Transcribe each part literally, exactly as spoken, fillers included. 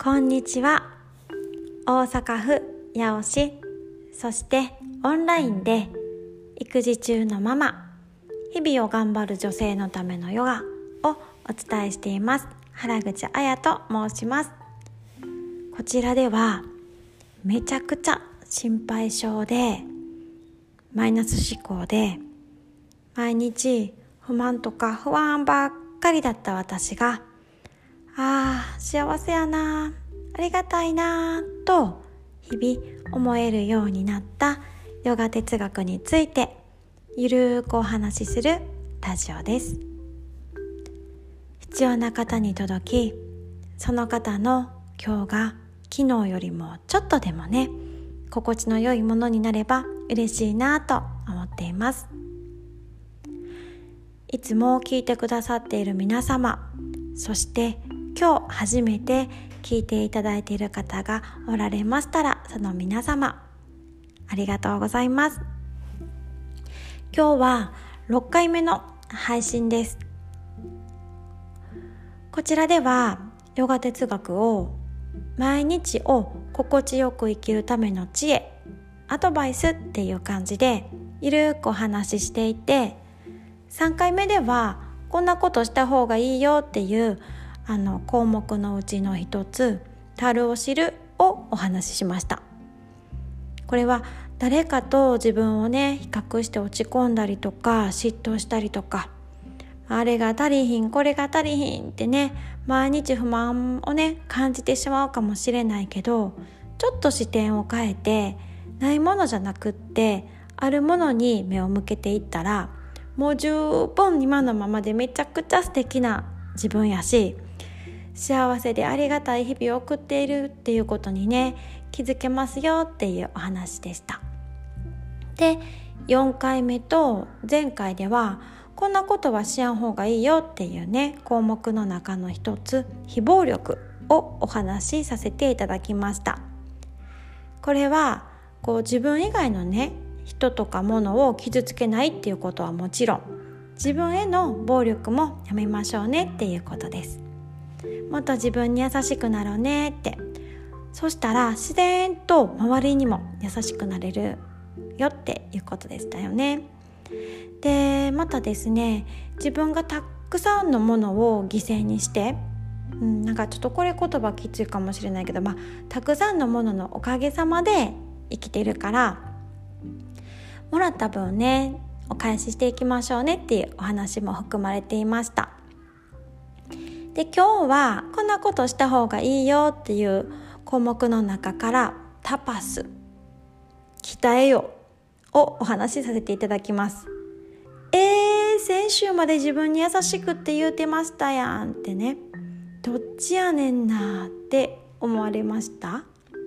こんにちは。大阪府八尾市、そしてオンラインで育児中のママ、日々を頑張る女性のためのヨガをお伝えしています原口彩と申します。こちらではめちゃくちゃ心配性でマイナス思考で毎日不満とか不安ばっかりだった私が、ああ幸せやな、ありがたいなと日々思えるようになったヨガ哲学についてゆるーくお話しするラジオです。必要な方に届き、その方の今日が昨日よりもちょっとでもね心地の良いものになれば嬉しいなと思っています。いつも聞いてくださっている皆様、そして今日初めて聞いていただいている方がおられましたら、その皆様ありがとうございます。今日はろっかいめの配信です。こちらではヨガ哲学を毎日を心地よく生きるための知恵、アドバイスっていう感じでゆるくお話ししていて、さんかいめではこんなことした方がいいよっていうあの項目のうちの一つ、樽を知るをお話ししました。これは誰かと自分をね比較して落ち込んだりとか嫉妬したりとか、あれが足りひんこれが足りひんってね毎日不満をね感じてしまうかもしれないけど、ちょっと視点を変えてないものじゃなくってあるものに目を向けていったら、もう十分今のままでめちゃくちゃ素敵な自分やし、幸せでありがたい日々を送っているっていうことにね気づけますよっていうお話でした。でよんかいめと前回ではこんなことはしやん方がいいよっていうね項目の中の一つ、非暴力をお話しさせていただきました。これはこう自分以外のね人とか物を傷つけないっていうことはもちろん、自分への暴力もやめましょうねっていうことです。もっと自分に優しくなろうねって、そしたら自然と周りにも優しくなれるよっていうことでしたよね。でまたですね、自分がたくさんのものを犠牲にして、うん、なんかちょっとこれ言葉きついかもしれないけど、まあ、たくさんのもののおかげさまで生きているから、もらった分ねお返ししていきましょうねっていうお話も含まれていました。で今日はこんなことした方がいいよっていう項目の中からタパス、鍛えよをお話しさせていただきます。えー、先週まで自分に優しくって言うてましたやんってね、どっちやねんなって思われました？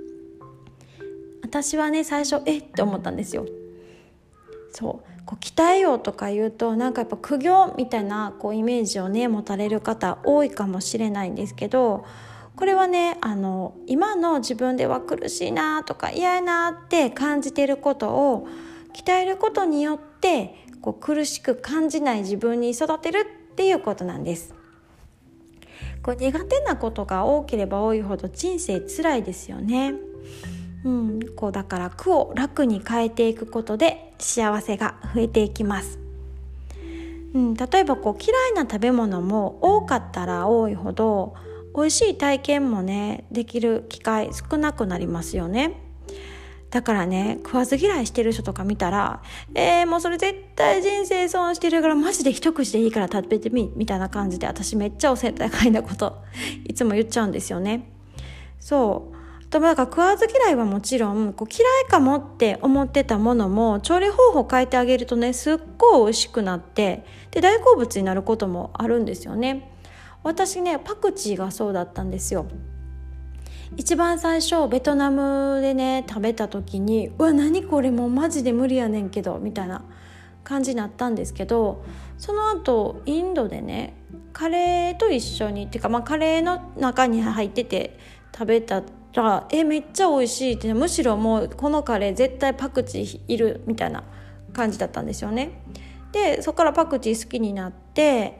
私はね最初えって思ったんですよ。そうこう鍛えようとか言うとなんかやっぱ苦行みたいなこうイメージをね持たれる方多いかもしれないんですけど、これはねあの今の自分では苦しいなとか嫌やなって感じていることを鍛えることによってこう苦しく感じない自分に育てるっていうことなんです。こう苦手なことが多ければ多いほど人生辛いですよね。うん、こうだから苦を楽に変えていくことで幸せが増えていきます。うん、例えばこう嫌いな食べ物も多かったら多いほど美味しい体験もねできる機会少なくなりますよね。だからね食わず嫌いしてる人とか見たら、えー、もうそれ絶対人生損してるからマジで一口でいいから食べてみみたいな感じで、私めっちゃおせっかいなこといつも言っちゃうんですよね。そうでもだから食わず嫌いはもちろん、こう嫌いかもって思ってたものも調理方法変えてあげるとねすっごい美味しくなって、で大好物になることもあるんですよね。私ねパクチーがそうだったんですよ。一番最初ベトナムでね食べた時に、うわ何これもうマジで無理やねんけどみたいな感じになったんですけど、その後インドでねカレーと一緒にっていうか、まあ、カレーの中に入ってて食べたらえめっちゃ美味しいって、むしろもうこのカレー絶対パクチーいるみたいな感じだったんですよね。でそこからパクチー好きになって、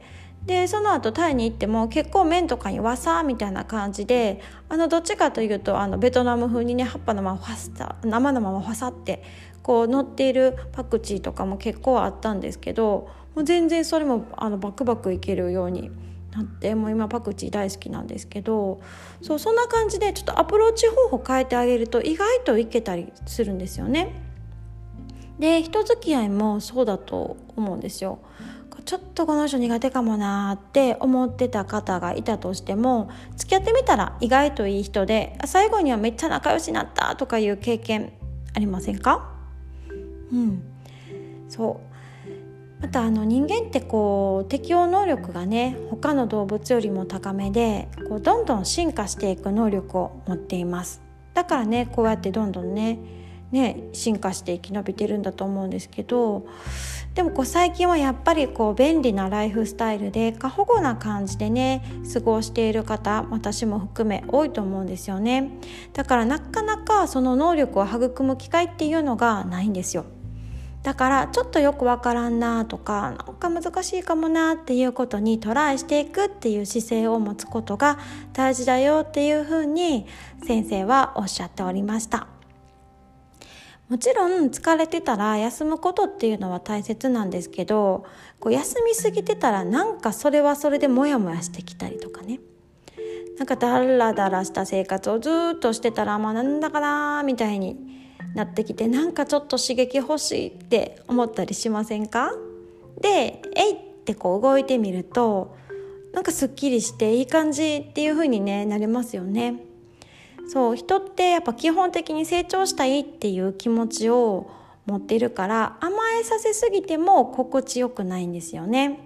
でその後タイに行っても結構麺とかにわさみたいな感じで、あのどっちかというとあのベトナム風にね葉っぱのままファスタ生のままファサってこう乗っているパクチーとかも結構あったんですけど、もう全然それもあのバクバクいけるようになって、もう今パクチー大好きなんですけど、そうそんな感じでちょっとアプローチ方法変えてあげると意外といけたりするんですよね。で人付き合いもそうだと思うんですよ。ちょっとこの人苦手かもなって思ってた方がいたとしても、付き合ってみたら意外といい人で、最後にはめっちゃ仲良しになったとかいう経験ありませんか？うん、そうまたあの人間ってこう適応能力がね他の動物よりも高めで、こうどんどん進化していく能力を持っています。だからねこうやってどんどんねね進化して生き延びてるんだと思うんですけど、でもこう最近はやっぱりこう便利なライフスタイルで過保護な感じでね過ごしている方、私も含め多いと思うんですよね。だからなかなかその能力を育む機会っていうのがないんですよ。だからちょっとよくわからんなとか、なんか難しいかもなっていうことにトライしていくっていう姿勢を持つことが大事だよっていうふうに先生はおっしゃっておりました。もちろん疲れてたら休むことっていうのは大切なんですけど、こう休みすぎてたらなんかそれはそれでモヤモヤしてきたりとかね、なんかダラダラした生活をずっとしてたらまあなんだかなみたいになってきて、なんかちょっと刺激欲しいって思ったりしませんか？でえいってこう動いてみるとなんかすっきりしていい感じっていう風にねなれますよね。そう人ってやっぱ基本的に成長したいっていう気持ちを持っているから、甘えさせすぎても心地よくないんですよね。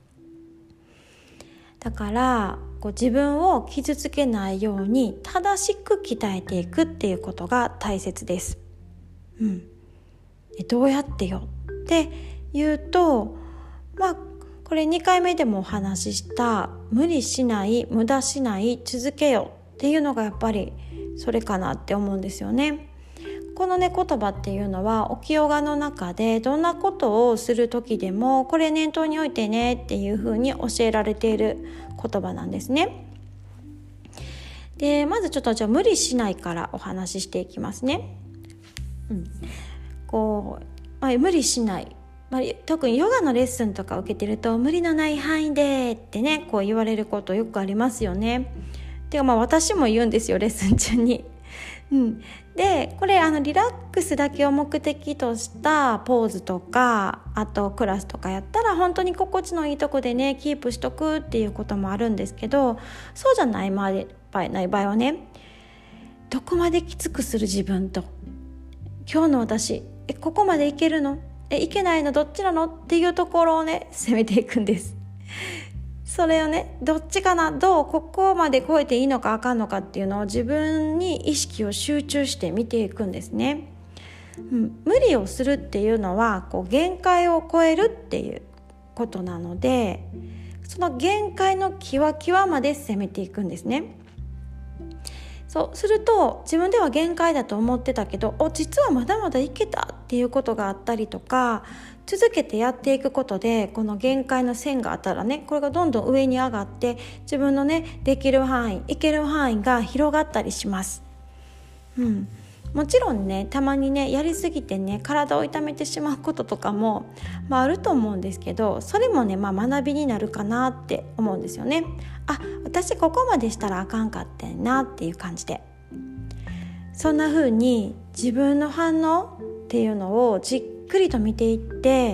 だからこう自分を傷つけないように正しく鍛えていくっていうことが大切です。うん、どうやってよって言うと、まあこれにかいめでもお話しした無理しない、無駄しない、続けよっていうのがやっぱりそれかなって思うんですよね。このね言葉っていうのはお清ヨの中でどんなことをする時でもこれ念頭に置いてねっていうふうに教えられている言葉なんですね。でまずちょっとじゃあ無理しないからお話ししていきますね。うん、こう、まあ、無理しない、まあ、特にヨガのレッスンとか受けてると無理のない範囲でってねこう言われることよくありますよね。てかまあ私も言うんですよレッスン中に。うん、でこれあのリラックスだけを目的としたポーズとかあとクラスとかやったら本当に心地のいいとこでねキープしとくっていうこともあるんですけど、そうじゃない場合ない場合はね、どこまできつくする自分と今日の私えここまでいけるのえいけないのどっちなのっていうところをね攻めていくんです。それをねどっちかな、どうここまで超えていいのかあかんのかっていうのを自分に意識を集中して見ていくんですね。うん、無理をするっていうのはこう限界を超えるっていうことなので、その限界のキワキワまで攻めていくんですね。そうすると自分では限界だと思ってたけど、お実はまだまだいけたっていうことがあったりとか、続けてやっていくことでこの限界の線があったらね、これがどんどん上に上がって自分のねできる範囲、いける範囲が広がったりします。うん、もちろんねたまにねやりすぎてね体を痛めてしまうこととかも、まあ、あると思うんですけど、それもね、まあ、学びになるかなって思うんですよね。あ、私ここまでしたらあかんかってんなっていう感じで、そんな風に自分の反応っていうのをじっくりと見ていって、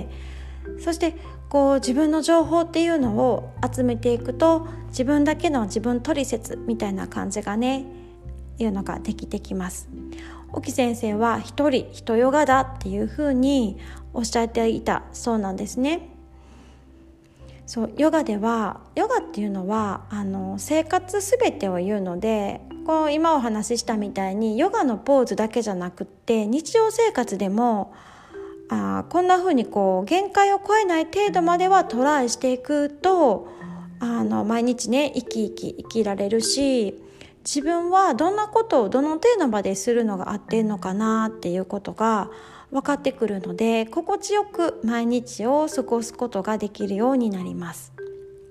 そしてこう自分の情報っていうのを集めていくと、自分だけの自分トリセツみたいな感じがねいうのができてきます。沖先生は一人一ヨガだっていう風におっしゃっていたそうなんですね。そうヨガではヨガっていうのはあの生活すべてを言うので、こう今お話ししたみたいにヨガのポーズだけじゃなくって日常生活でもあこんな風にこう限界を超えない程度まではトライしていくと、あの毎日ね生き生き生きられるし、自分はどんなことをどの程度までするのが合ってんのかなっていうことが分かってくるので、心地よく毎日を過ごすことができるようになります。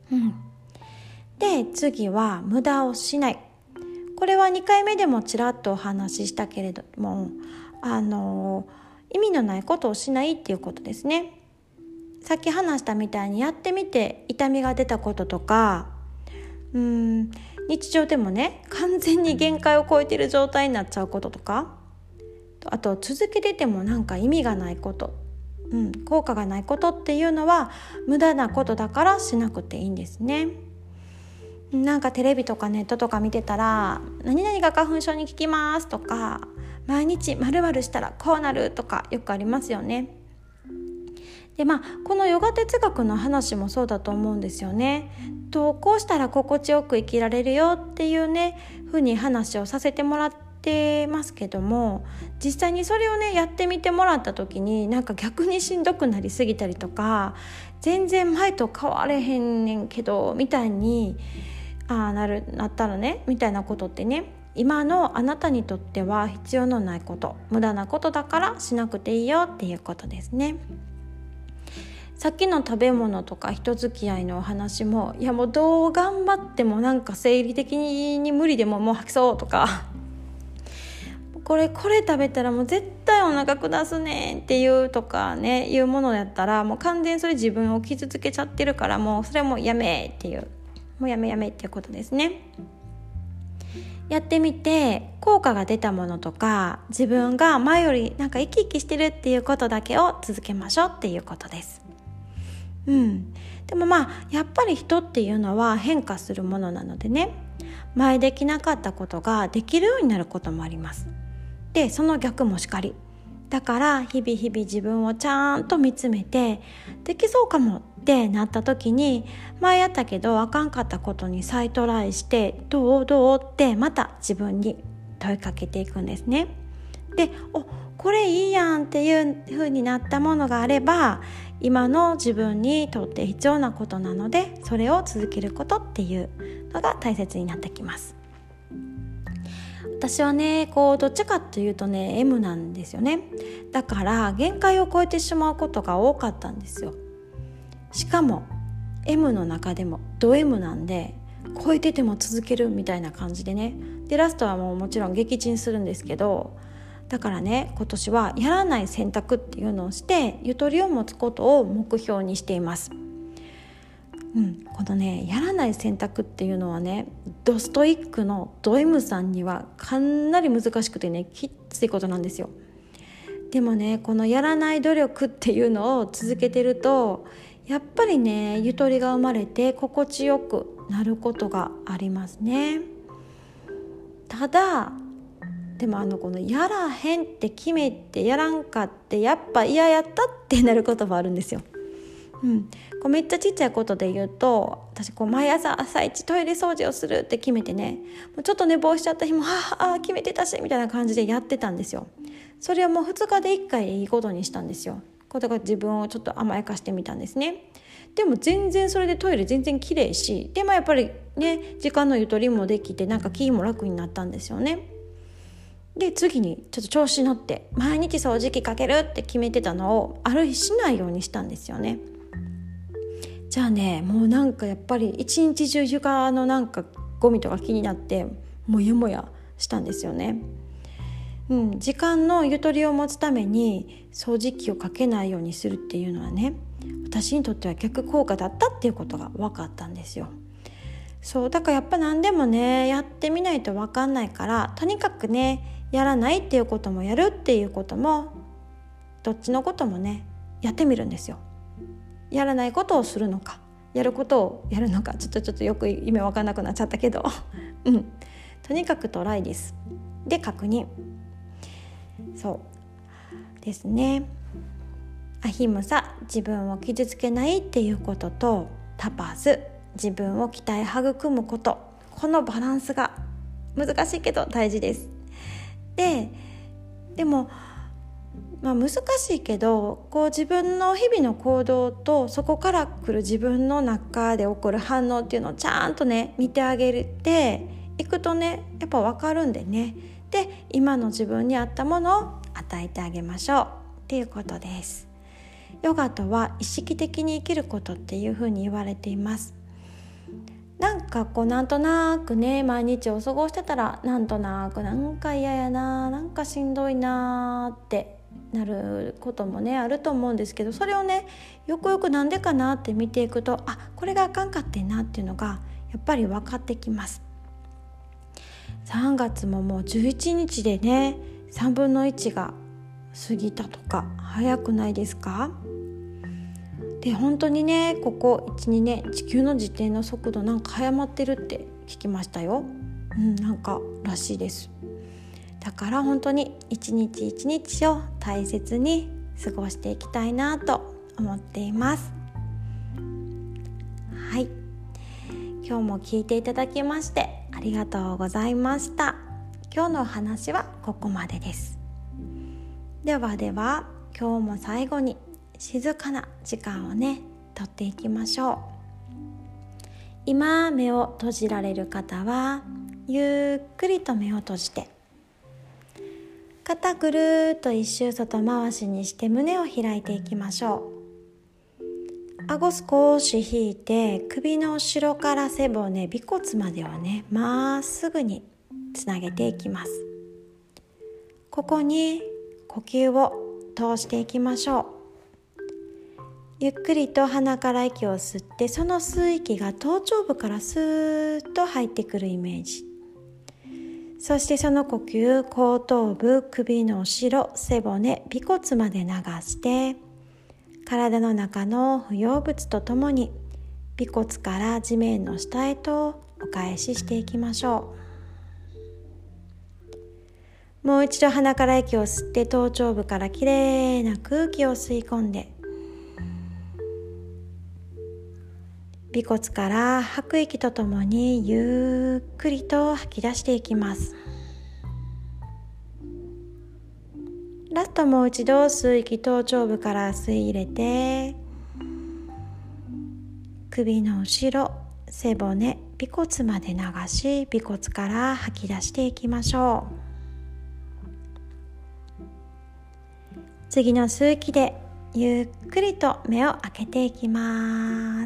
うん、で次は無駄をしない。これはにかいめでもちらっとお話ししたけれども、あの意味のないことをしないっていうことですね。さっき話したみたいにやってみて痛みが出たこととか、うーん日常でもね完全に限界を超えている状態になっちゃうこととか、あと続けててもなんか意味がないこと、うん、効果がないことっていうのは無駄なことだからしなくていいんですね。なんかテレビとかネットとか見てたら、何々が花粉症に効きますとか、毎日〇〇したらこうなるとかよくありますよね。でまあこのヨガ哲学の話もそうだと思うんですよね。とこうしたら心地よく生きられるよっていうねふうに話をさせてもらってますけども、実際にそれをねやってみてもらった時になんか逆にしんどくなりすぎたりとか、全然前と変われへんねんけどみたいにあなるなったらねみたいなことってね、今のあなたにとっては必要のないこと、無駄なことだからしなくていいよっていうことですね。さっきの食べ物とか人付き合いのお話も、いやもうどう頑張ってもなんか生理的に無理でももう吐きそうとかこれこれ食べたらもう絶対お腹下すねんっていうとかねいうものやったら、もう完全にそれ自分を傷つけちゃってるから、もうそれはもうやめっていう、もうやめやめっていうことですね。やってみて効果が出たものとか、自分が前よりなんか生き生きしてるっていうことだけを続けましょうっていうことです。うん、でもまあやっぱり人っていうのは変化するものなのでね、前できなかったことができるようになることもあります。でその逆もしかりだから、日々日々自分をちゃんと見つめて、できそうかもってなった時に、前やったけどあかんかったことに再トライして、どうどうってまた自分に問いかけていくんですね。でおこれいいやんっていう風になったものがあれば、今の自分にとって必要なことなので、それを続けることっていうのが大切になってきます。私はねこうどっちかというとね エム なんですよね。だから限界を超えてしまうことが多かったんですよ。しかも エム の中でもド エム なんで、超えてても続けるみたいな感じでね、でラストはもうもちろん撃沈するんですけど、だからね今年はやらない選択っていうのをしてゆとりを持つことを目標にしています。うん、このねやらない選択っていうのはね、ドストイックのド エム さんにはかなり難しくてねきっついことなんですよ。でもねこのやらない努力っていうのを続けてると、やっぱりねゆとりが生まれて心地よくなることがありますね。ただでもあのこのやらへんって決めてやらんかって、やっぱ嫌やったってなることもあるんですよ。うん、こうめっちゃちっちゃいことで言うと、私こう毎朝朝一トイレ掃除をするって決めてね、もうちょっと寝坊しちゃった日もはあ決めてたしみたいな感じでやってたんですよ。それはもうふつかでいっかいでいいことにしたんですよ。これが自分をちょっと甘やかしてみたんですね。でも全然それでトイレ全然綺麗し、でもやっぱりね時間のゆとりもできて、なんか気も楽になったんですよね。で次にちょっと調子に乗って毎日掃除機かけるって決めてたのをある日しないようにしたんですよね。じゃあねもうなんかやっぱり一日中床のなんかゴミとか気になってもやもやしたんですよね。うん、時間のゆとりを持つために掃除機をかけないようにするっていうのはね、私にとっては逆効果だったっていうことが分かったんですよ。そうだからやっぱ何でもねやってみないと分かんないから、とにかくねやらないっていうこともやるっていうことも、どっちのこともねやってみるんですよ。やらないことをするのかやることをやるのか、ちょっとちょっとよく意味分かんなくなっちゃったけどうん、とにかくトライです。で確認、そうですね。アヒムサ、自分を傷つけないっていうことと、タパス、自分を鍛え育むこと、このバランスが難しいけど大事です。で、でも、まあ、難しいけどこう自分の日々の行動とそこから来る自分の中で起こる反応っていうのをちゃんとね見てあげていくとねやっぱ分かるんでね、で今の自分に合ったものを与えてあげましょうっていうことです。ヨガとは意識的に生きることっていうふうに言われています。 学校なんとなくね毎日を過ごしてたらなんとなくなんか嫌やな、なんかしんどいなってなることもねあると思うんですけど、それをねよくよくなんでかなって見ていくと、あ、これがあかんかってんなっていうのがやっぱり分かってきます。さんがつももうじゅういちにちでねさんぶんのいちが過ぎたとか、早くないですか？で本当にねここ いち,に 年地球の自転の速度なんか早まってるって聞きましたよ。うん、なんからしいです。だから本当に一日一日を大切に過ごしていきたいなと思っています。はい、今日も聞いていただきましてありがとうございました。今日のお話はここまでです。ではでは今日も最後に静かな時間をねとっていきましょう。今目を閉じられる方はゆっくりと目を閉じて、肩ぐるっと一周外回しにして胸を開いていきましょう。顎少し引いて首の後ろから背骨尾骨までをねまっすぐにつなげていきます。ここに呼吸を通していきましょう。ゆっくりと鼻から息を吸って、その吸う息が頭頂部からスーッと入ってくるイメージ。そしてその呼吸、後頭部、首の後ろ、背骨、尾骨まで流して、体の中の不要物とともに尾骨から地面の下へとお返ししていきましょう。もう一度鼻から息を吸って、頭頂部からきれいな空気を吸い込んで、尾骨から吐く息とともにゆっくりと吐き出していきます。ラストもう一度吸う息、頭頂部から吸い入れて、首の後ろ、背骨、尾骨まで流し、尾骨から吐き出していきましょう。次の吸う息でゆっくりと目を開けていきます。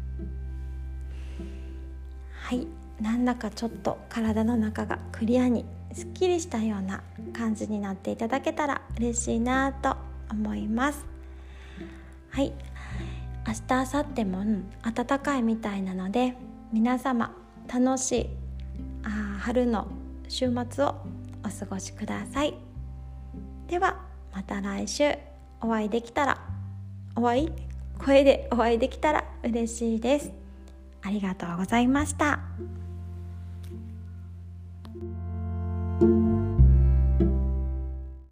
はい、なんだかちょっと体の中がクリアにすっきりしたような感じになっていただけたら嬉しいなと思います。はい、明日明後日も、うん、暖かいみたいなので、皆様楽しいあ春の週末をお過ごしください。ではまた来週お会いできたらお会い声でお会いできたら嬉しいです。ありがとうございました。